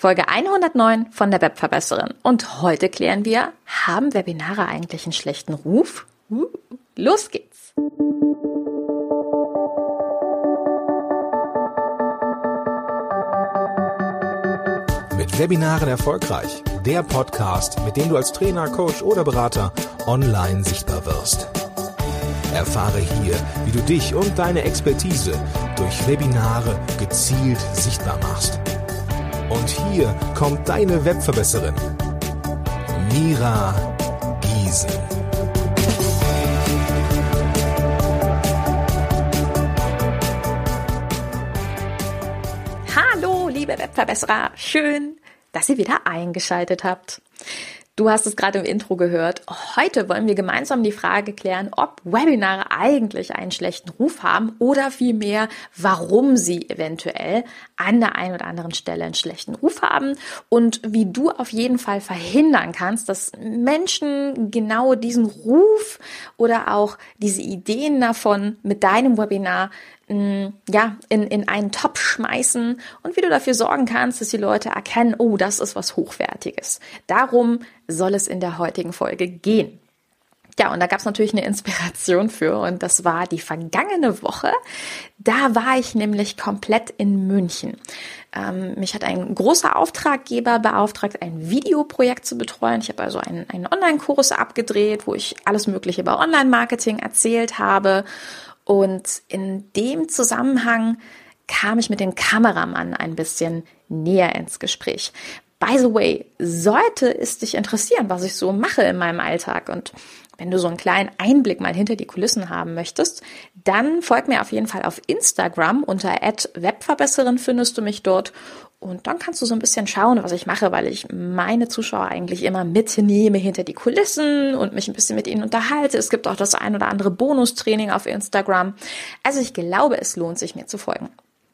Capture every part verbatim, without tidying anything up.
Folge hundertneun von der Webverbesserin. Und heute klären wir, haben Webinare eigentlich einen schlechten Ruf? Uh, los geht's! Mit Webinaren erfolgreich. Der Podcast, mit dem du als Trainer, Coach oder Berater online sichtbar wirst. Erfahre hier, wie du dich und deine Expertise durch Webinare gezielt sichtbar machst. Und hier kommt deine Webverbesserin, Mira Giesen. Hallo, liebe Webverbesserer, schön, dass ihr wieder eingeschaltet habt. Du hast es gerade im Intro gehört. Heute wollen wir gemeinsam die Frage klären, ob Webinare eigentlich einen schlechten Ruf haben oder vielmehr, warum sie eventuell an der einen oder anderen Stelle einen schlechten Ruf haben und wie du auf jeden Fall verhindern kannst, dass Menschen genau diesen Ruf oder auch diese Ideen davon mit deinem Webinar ja, in, in einen Topf schmeißen und wie du dafür sorgen kannst, dass die Leute erkennen, oh, das ist was Hochwertiges. Darum soll es in der heutigen Folge gehen. Ja, und da gab es natürlich eine Inspiration für und das war die vergangene Woche. Da war ich nämlich komplett in München. Ähm, mich hat ein großer Auftraggeber beauftragt, ein Videoprojekt zu betreuen. Ich habe also einen, einen Online-Kurs abgedreht, wo ich alles Mögliche über Online-Marketing erzählt habe. Und in dem Zusammenhang kam ich mit dem Kameramann ein bisschen näher ins Gespräch. By the way, sollte es dich interessieren, was ich so mache in meinem Alltag und wenn du so einen kleinen Einblick mal hinter die Kulissen haben möchtest, dann folg mir auf jeden Fall auf Instagram unter at webverbesserin findest du mich dort und dann kannst du so ein bisschen schauen, was ich mache, weil ich meine Zuschauer eigentlich immer mitnehme hinter die Kulissen und mich ein bisschen mit ihnen unterhalte. Es gibt auch das ein oder andere Bonustraining auf Instagram. Also ich glaube, es lohnt sich, mir zu folgen.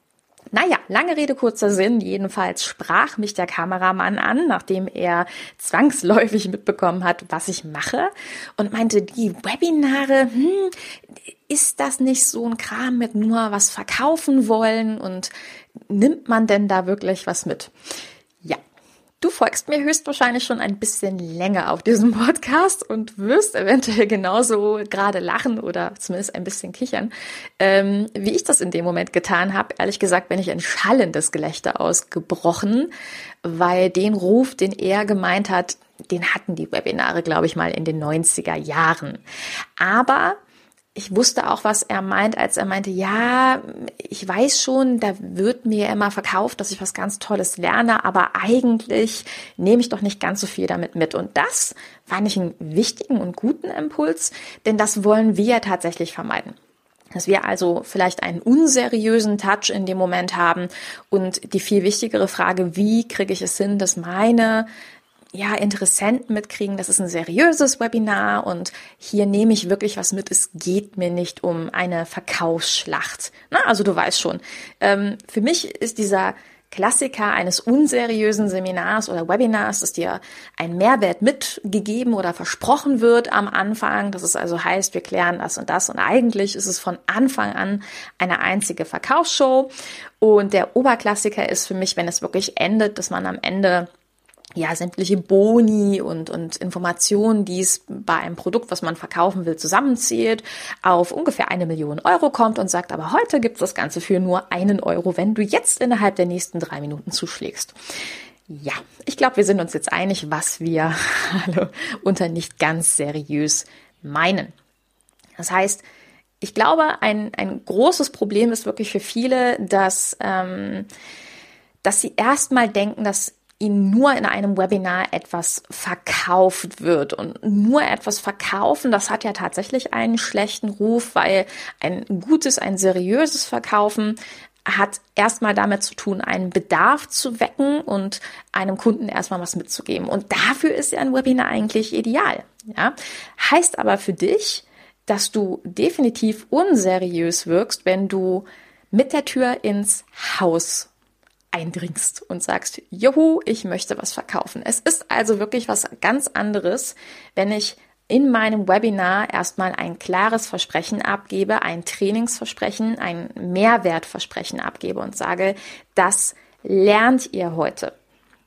Naja, lange Rede, kurzer Sinn. Jedenfalls sprach mich der Kameramann an, nachdem er zwangsläufig mitbekommen hat, was ich mache und meinte, die Webinare, hm, ist das nicht so ein Kram mit nur was verkaufen wollen und nimmt man denn da wirklich was mit? Ja. Du folgst mir höchstwahrscheinlich schon ein bisschen länger auf diesem Podcast und wirst eventuell genauso gerade lachen oder zumindest ein bisschen kichern, ähm, wie ich das in dem Moment getan habe. Ehrlich gesagt bin ich in schallendes Gelächter ausgebrochen, weil den Ruf, den er gemeint hat, den hatten die Webinare, glaube ich, mal in den neunziger Jahren. Aber ich wusste auch, was er meint, als er meinte, ja, ich weiß schon, da wird mir immer verkauft, dass ich was ganz Tolles lerne, aber eigentlich nehme ich doch nicht ganz so viel damit mit. Und das fand ich einen wichtigen und guten Impuls, denn das wollen wir tatsächlich vermeiden. Dass wir also vielleicht einen unseriösen Touch in dem Moment haben und die viel wichtigere Frage, wie kriege ich es hin, dass meine ja, Interessenten mitkriegen, das ist ein seriöses Webinar und hier nehme ich wirklich was mit. Es geht mir nicht um eine Verkaufsschlacht. Na, also du weißt schon, ähm, für mich ist dieser Klassiker eines unseriösen Seminars oder Webinars, dass dir ein Mehrwert mitgegeben oder versprochen wird am Anfang, dass es also heißt, wir klären das und das und eigentlich ist es von Anfang an eine einzige Verkaufsshow und der Oberklassiker ist für mich, wenn es wirklich endet, dass man am Ende ja, sämtliche Boni und, und Informationen, die es bei einem Produkt, was man verkaufen will, zusammenzählt, auf ungefähr eine Million Euro kommt und sagt, aber heute gibt es das Ganze für nur einen Euro, wenn du jetzt innerhalb der nächsten drei Minuten zuschlägst. Ja, ich glaube, wir sind uns jetzt einig, was wir unter nicht ganz seriös meinen. Das heißt, ich glaube, ein, ein großes Problem ist wirklich für viele, dass, ähm, dass sie erstmal denken, dass ihnen nur in einem Webinar etwas verkauft wird. Und nur etwas verkaufen, das hat ja tatsächlich einen schlechten Ruf, weil ein gutes, ein seriöses Verkaufen hat erstmal damit zu tun, einen Bedarf zu wecken und einem Kunden erstmal was mitzugeben. Und dafür ist ja ein Webinar eigentlich ideal. Ja? Heißt aber für dich, dass du definitiv unseriös wirkst, wenn du mit der Tür ins Haus eindringst und sagst, juhu, ich möchte was verkaufen. Es ist also wirklich was ganz anderes, wenn ich in meinem Webinar erstmal ein klares Versprechen abgebe, ein Trainingsversprechen, ein Mehrwertversprechen abgebe und sage, das lernt ihr heute.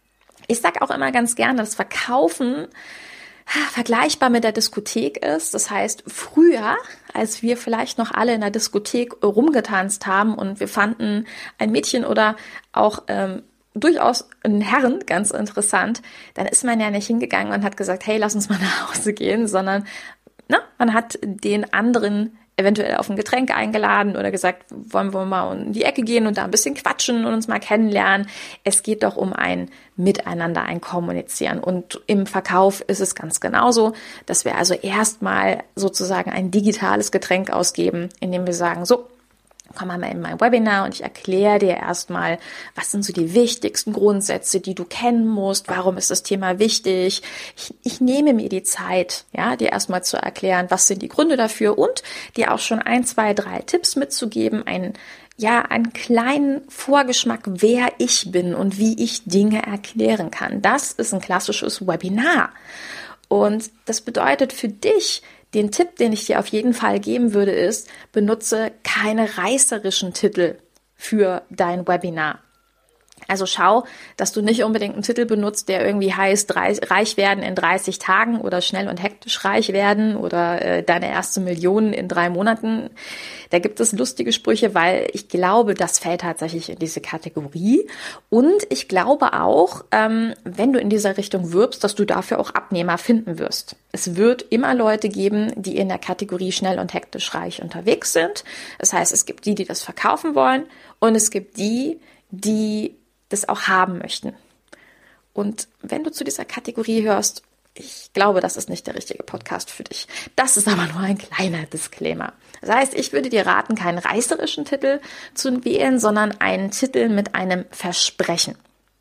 Ich sage auch immer ganz gerne, dass Verkaufen vergleichbar mit der Diskothek ist. Das heißt, früher, als wir vielleicht noch alle in der Diskothek rumgetanzt haben und wir fanden ein Mädchen oder auch ähm, durchaus einen Herren ganz interessant, dann ist man ja nicht hingegangen und hat gesagt, hey, lass uns mal nach Hause gehen, sondern na, man hat den anderen eventuell auf ein Getränk eingeladen oder gesagt, wollen wir mal in die Ecke gehen und da ein bisschen quatschen und uns mal kennenlernen. Es geht doch um ein Miteinander, ein Kommunizieren. Und im Verkauf ist es ganz genauso, dass wir also erstmal sozusagen ein digitales Getränk ausgeben, indem wir sagen, so, komm mal in mein Webinar und ich erkläre dir erstmal, was sind so die wichtigsten Grundsätze, die du kennen musst, warum ist das Thema wichtig. Ich, ich nehme mir die Zeit, ja, dir erstmal zu erklären, was sind die Gründe dafür und dir auch schon ein, zwei, drei Tipps mitzugeben, einen, ja, einen kleinen Vorgeschmack, wer ich bin und wie ich Dinge erklären kann. Das ist ein klassisches Webinar. Und das bedeutet für dich, den Tipp, den ich dir auf jeden Fall geben würde, ist, benutze keine reißerischen Titel für dein Webinar. Also schau, dass du nicht unbedingt einen Titel benutzt, der irgendwie heißt, reich werden in dreißig Tagen oder schnell und hektisch reich werden oder äh, deine erste Million in drei Monaten. Da gibt es lustige Sprüche, weil ich glaube, das fällt tatsächlich in diese Kategorie. Und ich glaube auch, ähm, wenn du in dieser Richtung wirbst, dass du dafür auch Abnehmer finden wirst. Es wird immer Leute geben, die in der Kategorie schnell und hektisch reich unterwegs sind. Das heißt, es gibt die, die das verkaufen wollen und es gibt die, die das auch haben möchten. Und wenn du zu dieser Kategorie hörst, ich glaube, das ist nicht der richtige Podcast für dich. Das ist aber nur ein kleiner Disclaimer. Das heißt, ich würde dir raten, keinen reißerischen Titel zu wählen, sondern einen Titel mit einem Versprechen.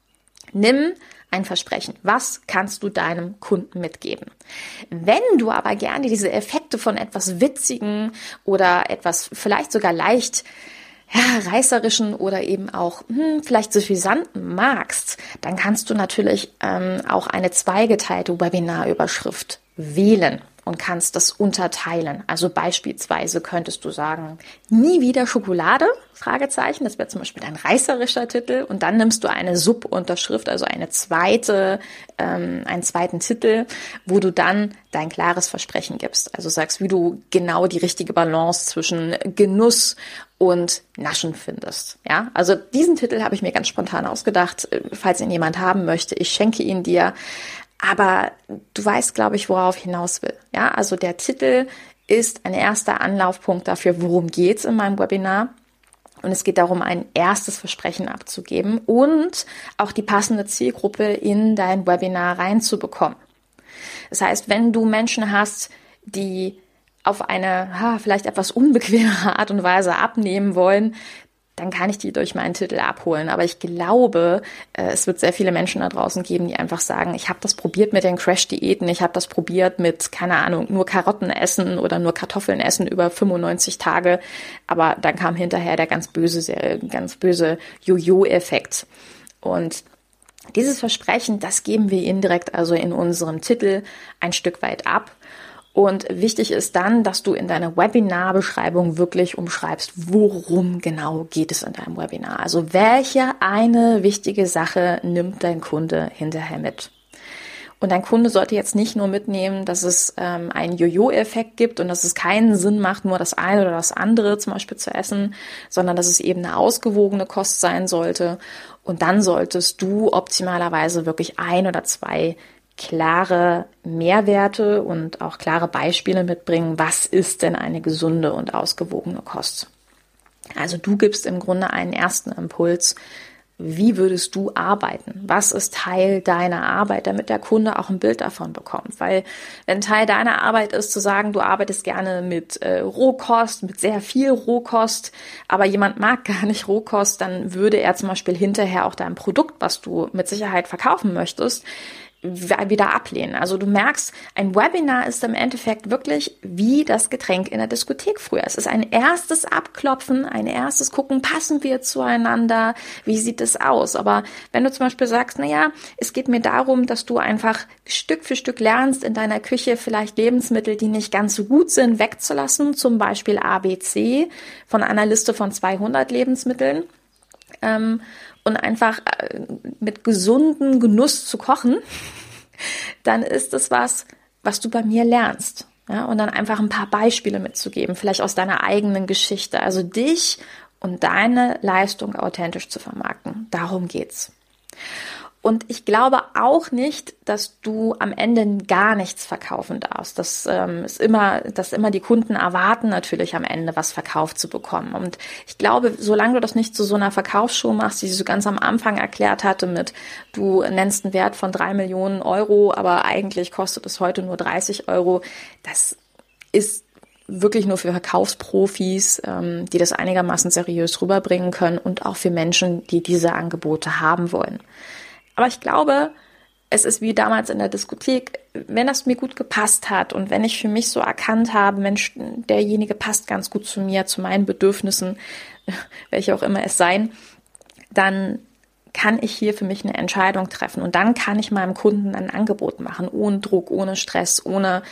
Nimm ein Versprechen. Was kannst du deinem Kunden mitgeben? Wenn du aber gerne diese Effekte von etwas Witzigen oder etwas vielleicht sogar leicht ja, reißerischen oder eben auch hm, vielleicht suffisanten magst, dann kannst du natürlich ähm, auch eine zweigeteilte Webinarüberschrift wählen und kannst das unterteilen. Also beispielsweise könntest du sagen, nie wieder Schokolade, Fragezeichen, das wäre zum Beispiel dein reißerischer Titel und dann nimmst du eine Subunterschrift, also eine zweite, ähm, einen zweiten Titel, wo du dann dein klares Versprechen gibst. Also sagst, wie du genau die richtige Balance zwischen Genuss und Naschen findest. Ja, also diesen Titel habe ich mir ganz spontan ausgedacht, falls ihn jemand haben möchte. Ich schenke ihn dir. Aber du weißt, glaube ich, worauf ich hinaus will. Ja, also der Titel ist ein erster Anlaufpunkt dafür, worum geht's in meinem Webinar. Und es geht darum, ein erstes Versprechen abzugeben und auch die passende Zielgruppe in dein Webinar reinzubekommen. Das heißt, wenn du Menschen hast, die auf eine ha, vielleicht etwas unbequeme Art und Weise abnehmen wollen, dann kann ich die durch meinen Titel abholen. Aber ich glaube, es wird sehr viele Menschen da draußen geben, die einfach sagen, ich habe das probiert mit den Crash-Diäten, ich habe das probiert mit, keine Ahnung, nur Karotten essen oder nur Kartoffeln essen über fünfundneunzig Tage. Aber dann kam hinterher der ganz böse, ganz böse Jojo-Effekt. Und dieses Versprechen, das geben wir indirekt also in unserem Titel ein Stück weit ab. Und wichtig ist dann, dass du in deiner Webinarbeschreibung wirklich umschreibst, worum genau geht es in deinem Webinar. Also welche eine wichtige Sache nimmt dein Kunde hinterher mit? Und dein Kunde sollte jetzt nicht nur mitnehmen, dass es ähm, einen Jojo-Effekt gibt und dass es keinen Sinn macht, nur das eine oder das andere zum Beispiel zu essen, sondern dass es eben eine ausgewogene Kost sein sollte. Und dann solltest du optimalerweise wirklich ein oder zwei klare Mehrwerte und auch klare Beispiele mitbringen, was ist denn eine gesunde und ausgewogene Kost. Also du gibst im Grunde einen ersten Impuls, wie würdest du arbeiten? Was ist Teil deiner Arbeit, damit der Kunde auch ein Bild davon bekommt? Weil wenn Teil deiner Arbeit ist, zu sagen, du arbeitest gerne mit äh, Rohkost, mit sehr viel Rohkost, aber jemand mag gar nicht Rohkost, dann würde er zum Beispiel hinterher auch dein Produkt, was du mit Sicherheit verkaufen möchtest, wieder ablehnen. Also du merkst, ein Webinar ist im Endeffekt wirklich wie das Getränk in der Diskothek früher. Es ist ein erstes Abklopfen, ein erstes Gucken, passen wir zueinander, wie sieht es aus? Aber wenn du zum Beispiel sagst, naja, es geht mir darum, dass du einfach Stück für Stück lernst, in deiner Küche vielleicht Lebensmittel, die nicht ganz so gut sind, wegzulassen, zum Beispiel A B C von einer Liste von zweihundert Lebensmitteln, ähm, und einfach mit gesundem Genuss zu kochen, dann ist es was, was du bei mir lernst. Ja, und dann einfach ein paar Beispiele mitzugeben, vielleicht aus deiner eigenen Geschichte. Also dich und deine Leistung authentisch zu vermarkten. Darum geht's. Und ich glaube auch nicht, dass du am Ende gar nichts verkaufen darfst. Das ähm, ist immer, dass immer die Kunden erwarten, natürlich am Ende was verkauft zu bekommen. Und ich glaube, solange du das nicht zu so einer Verkaufsshow machst, die ich so ganz am Anfang erklärt hatte mit, du nennst einen Wert von drei Millionen Euro, aber eigentlich kostet es heute nur dreißig Euro. Das ist wirklich nur für Verkaufsprofis, ähm, die das einigermaßen seriös rüberbringen können und auch für Menschen, die diese Angebote haben wollen. Aber ich glaube, es ist wie damals in der Diskothek, wenn das mir gut gepasst hat und wenn ich für mich so erkannt habe, Mensch, derjenige passt ganz gut zu mir, zu meinen Bedürfnissen, welche auch immer es seien, dann kann ich hier für mich eine Entscheidung treffen und dann kann ich meinem Kunden ein Angebot machen, ohne Druck, ohne Stress, ohne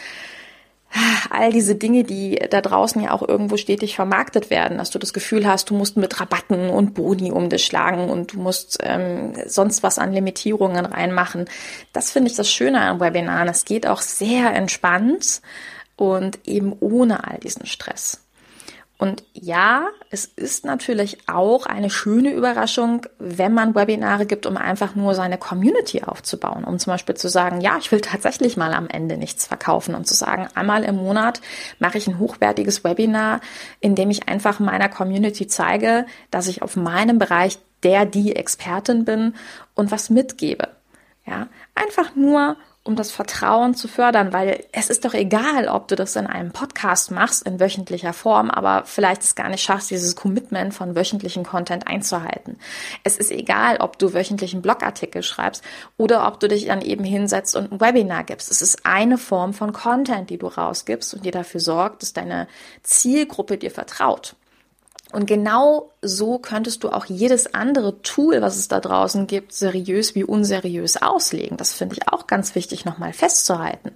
all diese Dinge, die da draußen ja auch irgendwo stetig vermarktet werden, dass du das Gefühl hast, du musst mit Rabatten und Boni um dich schlagen und du musst ähm, sonst was an Limitierungen reinmachen. Das finde ich das Schöne an Webinaren. Es geht auch sehr entspannt und eben ohne all diesen Stress. Und ja, es ist natürlich auch eine schöne Überraschung, wenn man Webinare gibt, um einfach nur seine Community aufzubauen, um zum Beispiel zu sagen, ja, ich will tatsächlich mal am Ende nichts verkaufen und zu sagen, einmal im Monat mache ich ein hochwertiges Webinar, in dem ich einfach meiner Community zeige, dass ich auf meinem Bereich der, die Expertin bin und was mitgebe. Ja, einfach nur um das Vertrauen zu fördern, weil es ist doch egal, ob du das in einem Podcast machst, in wöchentlicher Form, aber vielleicht es gar nicht schaffst, dieses Commitment von wöchentlichen Content einzuhalten. Es ist egal, ob du wöchentlichen Blogartikel schreibst oder ob du dich dann eben hinsetzt und ein Webinar gibst. Es ist eine Form von Content, die du rausgibst und die dafür sorgt, dass deine Zielgruppe dir vertraut. Und genau so könntest du auch jedes andere Tool, was es da draußen gibt, seriös wie unseriös auslegen. Das finde ich auch ganz wichtig, nochmal festzuhalten.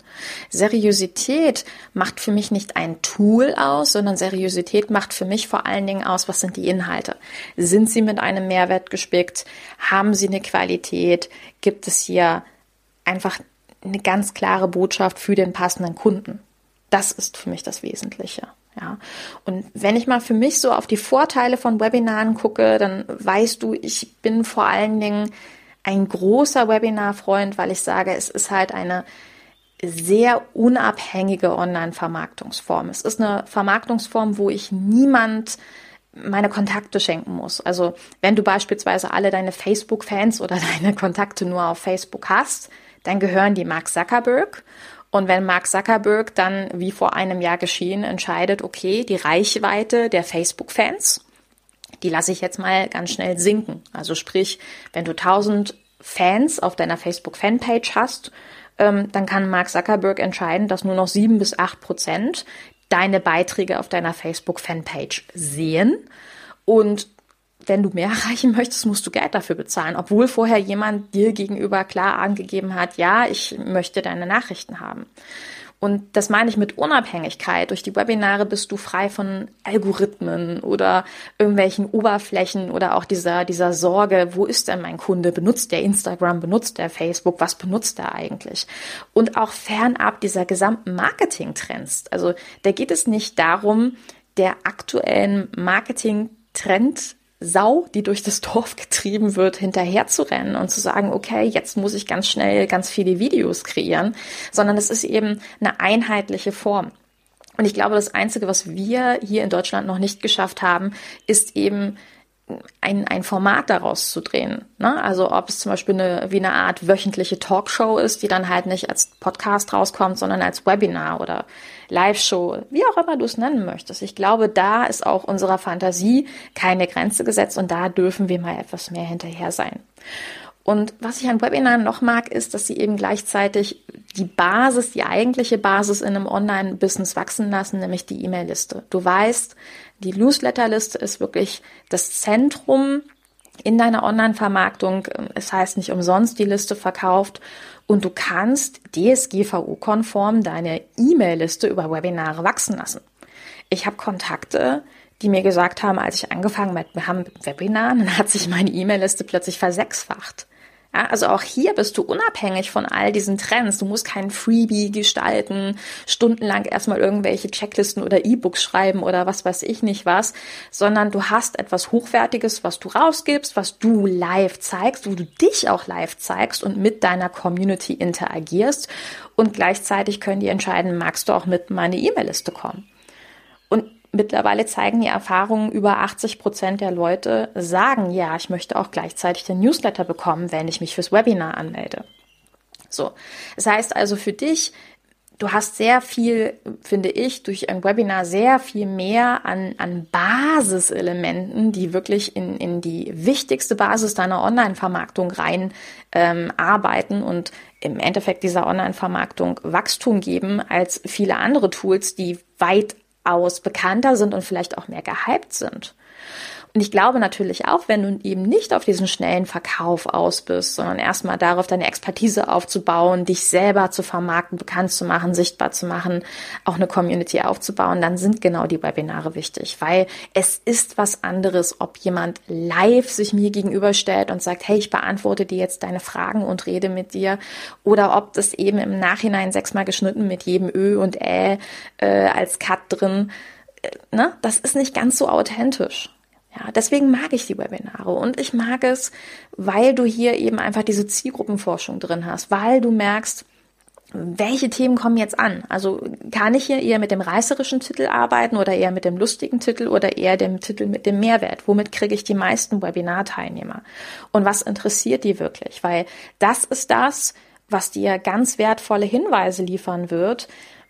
Seriosität macht für mich nicht ein Tool aus, sondern Seriosität macht für mich vor allen Dingen aus, was sind die Inhalte? Sind sie mit einem Mehrwert gespickt? Haben sie eine Qualität? Gibt es hier einfach eine ganz klare Botschaft für den passenden Kunden? Das ist für mich das Wesentliche. Ja, und wenn ich mal für mich so auf die Vorteile von Webinaren gucke, dann weißt du, ich bin vor allen Dingen ein großer Webinar-Freund, weil ich sage, es ist halt eine sehr unabhängige Online-Vermarktungsform. Es ist eine Vermarktungsform, wo ich niemand meine Kontakte schenken muss. Also wenn du beispielsweise alle deine Facebook-Fans oder deine Kontakte nur auf Facebook hast, dann gehören die Mark Zuckerberg. Und wenn Mark Zuckerberg dann, wie vor einem Jahr geschehen, entscheidet, okay, die Reichweite der Facebook-Fans, die lasse ich jetzt mal ganz schnell sinken. Also sprich, wenn du tausend Fans auf deiner Facebook-Fanpage hast, ähm, dann kann Mark Zuckerberg entscheiden, dass nur noch sieben bis acht Prozent deine Beiträge auf deiner Facebook-Fanpage sehen. Und wenn du mehr erreichen möchtest, musst du Geld dafür bezahlen, obwohl vorher jemand dir gegenüber klar angegeben hat, ja, ich möchte deine Nachrichten haben. Und das meine ich mit Unabhängigkeit. Durch die Webinare bist du frei von Algorithmen oder irgendwelchen Oberflächen oder auch dieser, dieser Sorge, wo ist denn mein Kunde? Benutzt der Instagram? Benutzt der Facebook? Was benutzt er eigentlich? Und auch fernab dieser gesamten Marketing-Trends. Also da geht es nicht darum, der aktuellen Marketing-Trend Sau, die durch das Dorf getrieben wird, hinterher zu rennen und zu sagen, okay, jetzt muss ich ganz schnell ganz viele Videos kreieren, sondern es ist eben eine einheitliche Form. Und ich glaube, das Einzige, was wir hier in Deutschland noch nicht geschafft haben, ist eben ein, ein Format daraus zu drehen. Ne? Also ob es zum Beispiel eine, wie eine Art wöchentliche Talkshow ist, die dann halt nicht als Podcast rauskommt, sondern als Webinar oder Live-Show, wie auch immer du es nennen möchtest. Ich glaube, da ist auch unserer Fantasie keine Grenze gesetzt und da dürfen wir mal etwas mehr hinterher sein. Und was ich an Webinaren noch mag, ist, dass sie eben gleichzeitig die Basis, die eigentliche Basis in einem Online-Business wachsen lassen, nämlich die E-Mail-Liste. Du weißt, die Newsletter-Liste ist wirklich das Zentrum in deiner Online-Vermarktung. Es heißt nicht umsonst, die Liste verkauft. Und du kannst D S G V O-konform deine E-Mail-Liste über Webinare wachsen lassen. Ich habe Kontakte, die mir gesagt haben, als ich angefangen habe mit Webinaren, dann hat sich meine E-Mail-Liste plötzlich versechsfacht. Ja, also auch hier bist du unabhängig von all diesen Trends. Du musst kein Freebie gestalten, stundenlang erstmal irgendwelche Checklisten oder E-Books schreiben oder was weiß ich nicht was, sondern du hast etwas Hochwertiges, was du rausgibst, was du live zeigst, wo du dich auch live zeigst und mit deiner Community interagierst. Und gleichzeitig können die entscheiden, magst du auch mit in meine E-Mail-Liste kommen? Und mittlerweile zeigen die Erfahrungen, über achtzig Prozent der Leute sagen, ja, ich möchte auch gleichzeitig den Newsletter bekommen, wenn ich mich fürs Webinar anmelde. So, das heißt also für dich, du hast sehr viel, finde ich, durch ein Webinar sehr viel mehr an, an Basiselementen, die wirklich in, in die wichtigste Basis deiner Online-Vermarktung rein ähm, arbeiten und im Endeffekt dieser Online-Vermarktung Wachstum geben, als viele andere Tools, die weit aus bekannter sind und vielleicht auch mehr gehypt sind. Und ich glaube natürlich auch, wenn du eben nicht auf diesen schnellen Verkauf aus bist, sondern erstmal darauf, deine Expertise aufzubauen, dich selber zu vermarkten, bekannt zu machen, sichtbar zu machen, auch eine Community aufzubauen, dann sind genau die Webinare wichtig, weil es ist was anderes, ob jemand live sich mir gegenüberstellt und sagt, hey, ich beantworte dir jetzt deine Fragen und rede mit dir, oder ob das eben im Nachhinein sechsmal geschnitten mit jedem Ö und Ä äh, als Cut drin, äh, ne? Das ist nicht ganz so authentisch. Ja, deswegen mag ich die Webinare und ich mag es, weil du hier eben einfach diese Zielgruppenforschung drin hast, weil du merkst, welche Themen kommen jetzt an? Also kann ich hier eher mit dem reißerischen Titel arbeiten oder eher mit dem lustigen Titel oder eher dem Titel mit dem Mehrwert? Womit kriege ich die meisten Webinar-Teilnehmer? Und was interessiert die wirklich? Weil das ist das, was dir ganz wertvolle Hinweise liefern wird,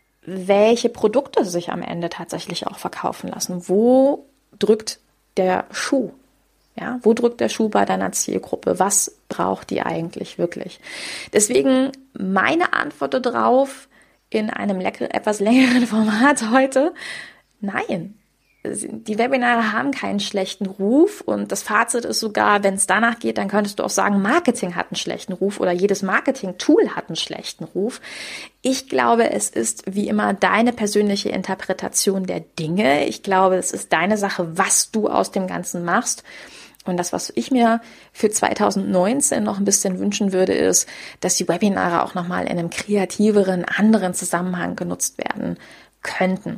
welche Produkte sich am Ende tatsächlich auch verkaufen lassen. Wo drückt der Schuh? Ja, wo drückt der Schuh bei deiner Zielgruppe? Was braucht die eigentlich wirklich? Deswegen meine Antwort darauf in einem lecker, etwas längeren Format heute: Nein. Die Webinare haben keinen schlechten Ruf und das Fazit ist sogar, wenn es danach geht, dann könntest du auch sagen, Marketing hat einen schlechten Ruf oder jedes Marketing-Tool hat einen schlechten Ruf. Ich glaube, es ist wie immer deine persönliche Interpretation der Dinge. Ich glaube, es ist deine Sache, was du aus dem Ganzen machst. Und das, was ich mir für zwanzig neunzehn noch ein bisschen wünschen würde, ist, dass die Webinare auch nochmal in einem kreativeren, anderen Zusammenhang genutzt werden könnten.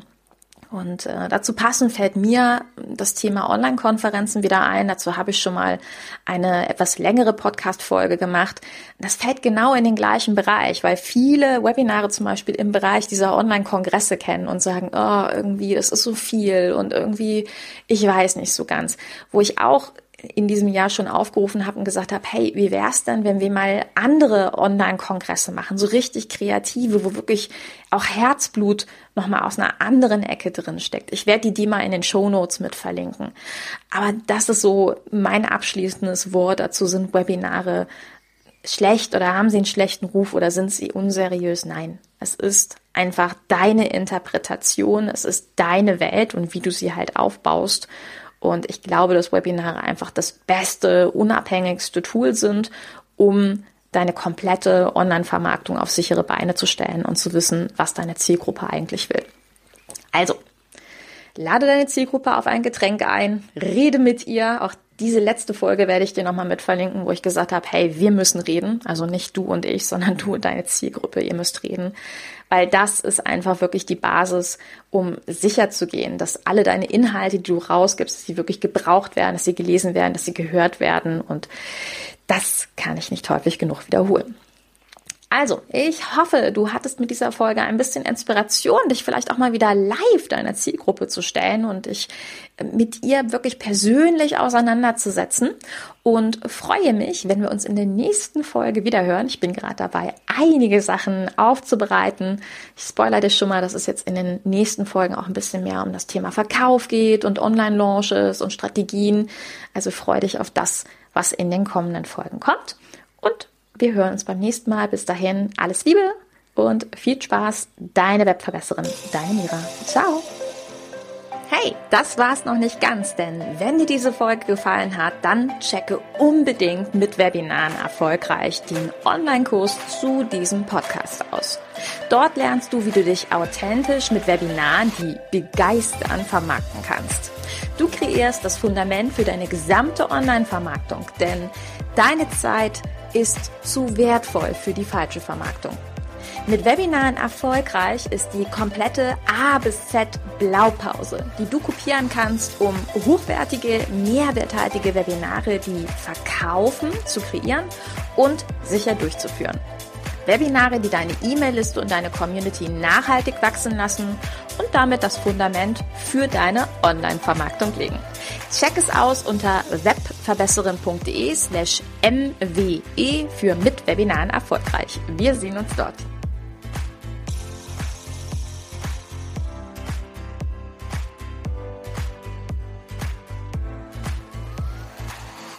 Und äh, dazu passend fällt mir das Thema Online-Konferenzen wieder ein. Dazu habe ich schon mal eine etwas längere Podcast-Folge gemacht. Das fällt genau in den gleichen Bereich, weil viele Webinare zum Beispiel im Bereich dieser Online-Kongresse kennen und sagen, oh, irgendwie, das ist so viel und irgendwie, ich weiß nicht so ganz. Wo ich auch in diesem Jahr schon aufgerufen habe und gesagt habe, hey, wie wär's denn, wenn wir mal andere Online-Kongresse machen, so richtig kreative, wo wirklich auch Herzblut nochmal aus einer anderen Ecke drin steckt. Ich werde die die mal in den Shownotes mit verlinken. Aber das ist so mein abschließendes Wort dazu. Sind Webinare schlecht oder haben sie einen schlechten Ruf oder sind sie unseriös? Nein, es ist einfach deine Interpretation, es ist deine Welt und wie du sie halt aufbaust. Und ich glaube, dass Webinare einfach das beste, unabhängigste Tool sind, um deine komplette Online-Vermarktung auf sichere Beine zu stellen und zu wissen, was deine Zielgruppe eigentlich will. Also, lade deine Zielgruppe auf ein Getränk ein, rede mit ihr. Auch diese letzte Folge werde ich dir nochmal mit verlinken, wo ich gesagt habe, hey, wir müssen reden. Also nicht du und ich, sondern du und deine Zielgruppe, ihr müsst reden. Weil das ist einfach wirklich die Basis, um sicher zu gehen, dass alle deine Inhalte, die du rausgibst, dass sie wirklich gebraucht werden, dass sie gelesen werden, dass sie gehört werden. Und das kann ich nicht häufig genug wiederholen. Also, ich hoffe, du hattest mit dieser Folge ein bisschen Inspiration, dich vielleicht auch mal wieder live deiner Zielgruppe zu stellen und dich mit ihr wirklich persönlich auseinanderzusetzen, und freue mich, wenn wir uns in der nächsten Folge wieder hören. Ich bin gerade dabei, einige Sachen aufzubereiten. Ich spoilere dir schon mal, dass es jetzt in den nächsten Folgen auch ein bisschen mehr um das Thema Verkauf geht und Online-Launches und Strategien. Also freue dich auf das, was in den kommenden Folgen kommt, und wir hören uns beim nächsten Mal. Bis dahin, alles Liebe und viel Spaß. Deine Webverbesserin, deine Mira. Ciao. Hey, das war's noch nicht ganz, denn wenn dir diese Folge gefallen hat, dann checke unbedingt mit Webinaren erfolgreich den Online-Kurs zu diesem Podcast aus. Dort lernst du, wie du dich authentisch mit Webinaren, die begeistern, vermarkten kannst. Du kreierst das Fundament für deine gesamte Online-Vermarktung, denn deine Zeit ist zu wertvoll für die falsche Vermarktung. Mit Webinaren erfolgreich ist die komplette A bis Z Blaupause, die du kopieren kannst, um hochwertige, mehrwerthaltige Webinare, die verkaufen, zu kreieren und sicher durchzuführen. Webinare, die deine E-Mail-Liste und deine Community nachhaltig wachsen lassen und damit das Fundament für deine Online-Vermarktung legen. Check es aus unter webverbesserin.de slash mwe für mit Webinaren erfolgreich. Wir sehen uns dort.